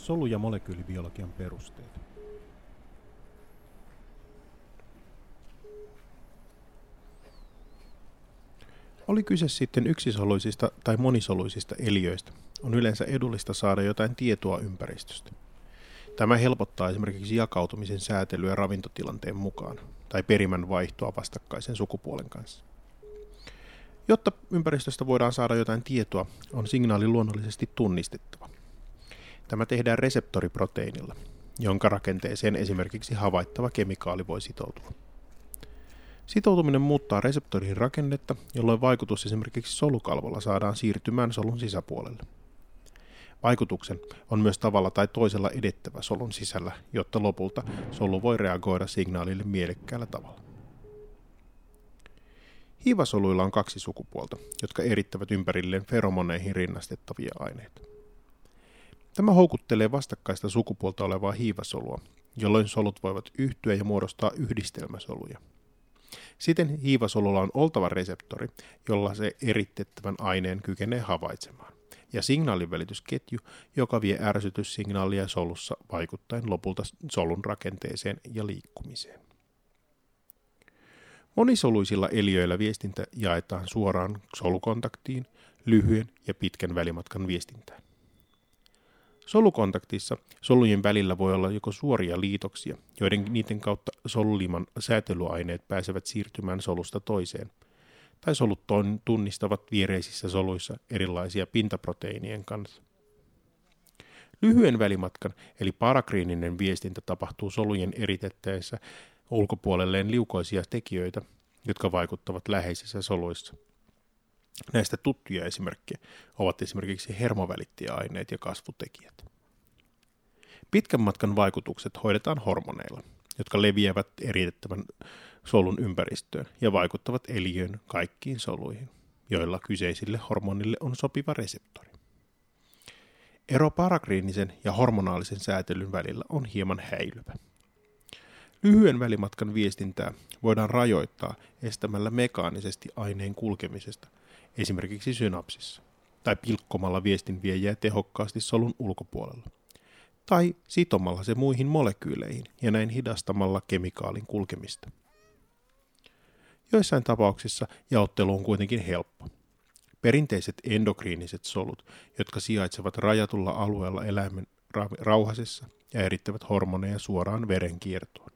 Solu- ja molekyylibiologian perusteet. Oli kyse sitten yksisoluisista tai monisoluisista eliöistä, on yleensä edullista saada jotain tietoa ympäristöstä. Tämä helpottaa esimerkiksi jakautumisen säätelyä ravintotilanteen mukaan tai perimän vaihtoa vastakkaisen sukupuolen kanssa. Jotta ympäristöstä voidaan saada jotain tietoa, on signaali luonnollisesti tunnistettava. Tämä tehdään reseptoriproteiinilla, jonka rakenteeseen esimerkiksi havaittava kemikaali voi sitoutua. Sitoutuminen muuttaa reseptorin rakennetta, jolloin vaikutus esimerkiksi solukalvolla saadaan siirtymään solun sisäpuolelle. Vaikutuksen on myös tavalla tai toisella edettävä solun sisällä, jotta lopulta solu voi reagoida signaalille mielekkäällä tavalla. Hiivasoluilla on 2 sukupuolta, jotka erittävät ympärilleen feromoneihin rinnastettavia aineita. Tämä houkuttelee vastakkaista sukupuolta olevaa hiivasolua, jolloin solut voivat yhtyä ja muodostaa yhdistelmäsoluja. Siten hiivasolulla on oltava reseptori, jolla se eritettävän aineen kykenee havaitsemaan, ja signaalinvälitysketju, joka vie ärsytyssignaalia solussa vaikuttaen lopulta solun rakenteeseen ja liikkumiseen. Monisoluisilla eliöillä viestintä jaetaan suoraan solukontaktiin, lyhyen ja pitkän välimatkan viestintään. Solukontaktissa solujen välillä voi olla joko suoria liitoksia, joiden niiden kautta soluliman säätelyaineet pääsevät siirtymään solusta toiseen, tai solut tunnistavat viereisissä soluissa erilaisia pintaproteiinien kanssa. Lyhyen välimatkan eli parakliininen viestintä tapahtuu solujen eritettäessä ulkopuolelleen liukoisia tekijöitä, jotka vaikuttavat läheisissä soluissa. Näistä tuttuja esimerkkejä ovat esimerkiksi hermovälittäjäaineet ja kasvutekijät. Pitkän matkan vaikutukset hoidetaan hormoneilla, jotka leviävät eritettävän solun ympäristöön ja vaikuttavat eliöön kaikkiin soluihin, joilla kyseisille hormonille on sopiva reseptori. Ero parakliinisen ja hormonaalisen säätelyn välillä on hieman häilyvä. Lyhyen välimatkan viestintää voidaan rajoittaa estämällä mekaanisesti aineen kulkemisesta, esimerkiksi synapsissa, tai pilkkomalla viestinviejää tehokkaasti solun ulkopuolella, tai sitomalla se muihin molekyyleihin ja näin hidastamalla kemikaalin kulkemista. Joissain tapauksissa jaottelu on kuitenkin helppo. Perinteiset endokriiniset solut, jotka sijaitsevat rajatulla alueella eläimen rauhasessa ja erittävät hormoneja suoraan verenkiertoon.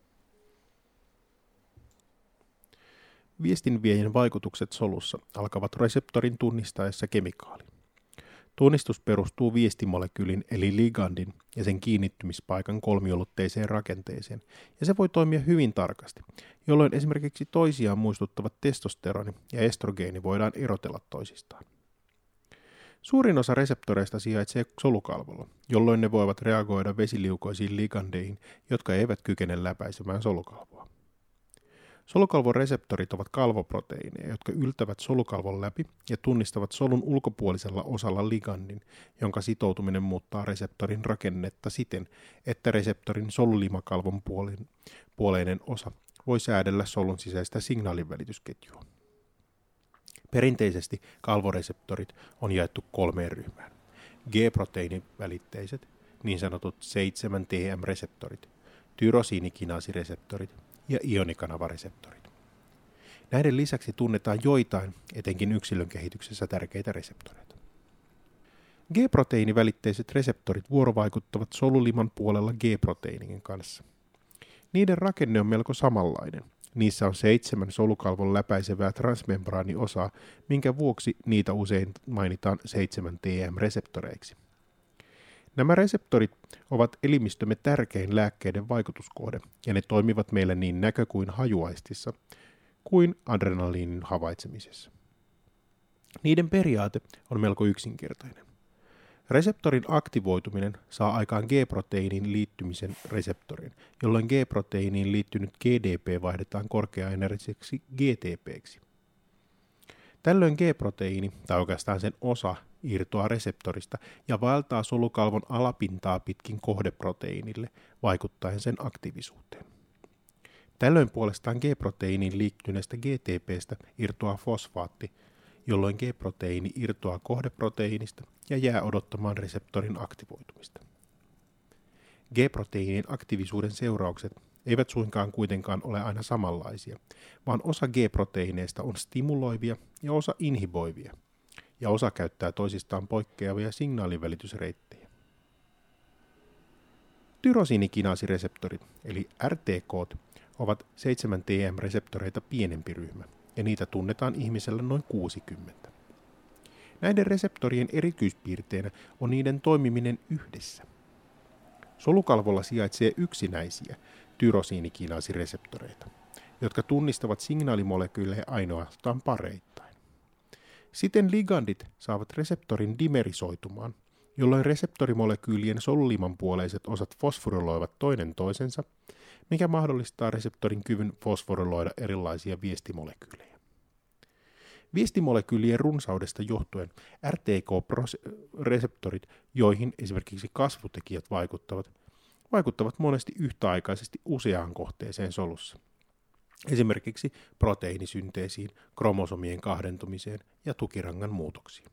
Viestinviejän vaikutukset solussa alkavat reseptorin tunnistaessa kemikaali. Tunnistus perustuu viestimolekyylin eli ligandin ja sen kiinnittymispaikan kolmiulotteiseen rakenteeseen, ja se voi toimia hyvin tarkasti, jolloin esimerkiksi toisiaan muistuttavat testosteroni ja estrogeeni voidaan erotella toisistaan. Suurin osa reseptoreista sijaitsee solukalvolla, jolloin ne voivat reagoida vesiliukoisiin ligandeihin, jotka eivät kykene läpäisemään solukalvoa. Solukalvon reseptorit ovat kalvoproteiineja, jotka yltävät solukalvon läpi ja tunnistavat solun ulkopuolisella osalla ligandin, jonka sitoutuminen muuttaa reseptorin rakennetta siten, että reseptorin solulimakalvon puoleinen osa voi säädellä solun sisäistä signaalinvälitysketjua. Perinteisesti kalvoreseptorit on jaettu 3 ryhmään. G-proteiinivälitteiset, niin sanotut 7-TM-reseptorit, tyrosiinikinaasireseptorit ja ionikanavareseptorit. Näiden lisäksi tunnetaan joitain, etenkin yksilön kehityksessä tärkeitä reseptoreita. G-proteiinivälitteiset reseptorit vuorovaikuttavat soluliman puolella G-proteiinin kanssa. Niiden rakenne on melko samanlainen. Niissä on 7 solukalvon läpäisevää transmembraaniosaa, minkä vuoksi niitä usein mainitaan 7-TM-reseptoreiksi. Nämä reseptorit ovat elimistömme tärkein lääkkeiden vaikutuskohde, ja ne toimivat meillä niin näkö- kuin hajuaistissa, kuin adrenaliinin havaitsemisessa. Niiden periaate on melko yksinkertainen. Reseptorin aktivoituminen saa aikaan G-proteiinin liittymisen reseptoriin, jolloin G-proteiiniin liittynyt GDP vaihdetaan korkeaenergiseksi GTP:ksi. Tällöin G-proteiini, tai oikeastaan sen osa, irtoaa reseptorista ja vaeltaa solukalvon alapintaa pitkin kohdeproteiinille, vaikuttaen sen aktiivisuuteen. Tällöin puolestaan G-proteiiniin liittyneestä GTP:stä irtoaa fosfaatti, jolloin G-proteiini irtoaa kohdeproteiinista ja jää odottamaan reseptorin aktivoitumista. G-proteiinin aktiivisuuden seuraukset eivät suinkaan kuitenkaan ole aina samanlaisia, vaan osa G-proteiineista on stimuloivia ja osa inhiboivia, ja osa käyttää toisistaan poikkeavia signaalivälitysreittejä. Tyrosiinikinaasireseptorit, eli RTKt, ovat 7-TM-reseptoreita pienempi ryhmä, ja niitä tunnetaan ihmisellä noin 60. Näiden reseptorien erityispiirteenä on niiden toimiminen yhdessä. Solukalvolla sijaitsee yksinäisiä tyrosiinikinaasireseptoreita, jotka tunnistavat signaalimolekyylejä ainoastaan pareittain. Siten ligandit saavat reseptorin dimerisoitumaan, jolloin reseptorimolekyylien solulimanpuoleiset osat fosforiloivat toinen toisensa, mikä mahdollistaa reseptorin kyvyn fosforiloida erilaisia viestimolekyylejä. Viestimolekyylien runsaudesta johtuen RTK-reseptorit, joihin esimerkiksi kasvutekijät vaikuttavat monesti yhtäaikaisesti useaan kohteeseen solussa. Esimerkiksi proteiinisynteesiin, kromosomien kahdentumiseen ja tukirangan muutoksiin.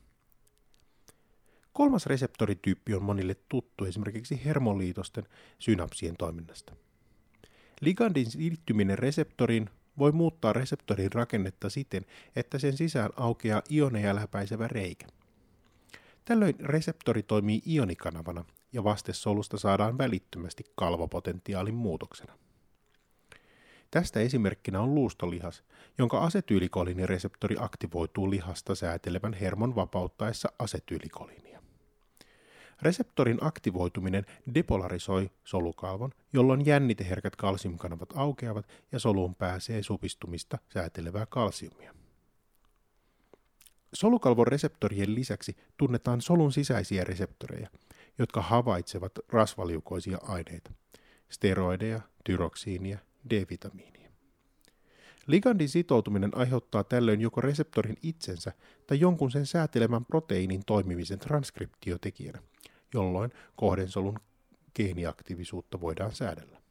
Kolmas reseptorityyppi on monille tuttu esimerkiksi hermoliitosten synapsien toiminnasta. Ligandin liittyminen reseptoriin voi muuttaa reseptorin rakennetta siten, että sen sisään aukeaa ioneja läpäisevä reikä. Tällöin reseptori toimii ionikanavana ja vastesolusta saadaan välittömästi kalvopotentiaalin muutoksena. Tästä esimerkkinä on luustolihas, jonka asetyylikoliinireseptori aktivoituu lihasta säätelevän hermon vapauttaessa asetyylikoliinia. Reseptorin aktivoituminen depolarisoi solukalvon, jolloin jänniteherkät kalsiumkanavat aukeavat ja soluun pääsee supistumista säätelevää kalsiumia. Solukalvon reseptorien lisäksi tunnetaan solun sisäisiä reseptoreja, jotka havaitsevat rasvaliukoisia aineita, steroideja, tyroksiinia, D-vitamiinia. Ligandin sitoutuminen aiheuttaa tällöin joko reseptorin itsensä tai jonkun sen säätelemän proteiinin toimimisen transkriptiotekijänä, jolloin kohdensolun geeniaktiivisuutta voidaan säädellä.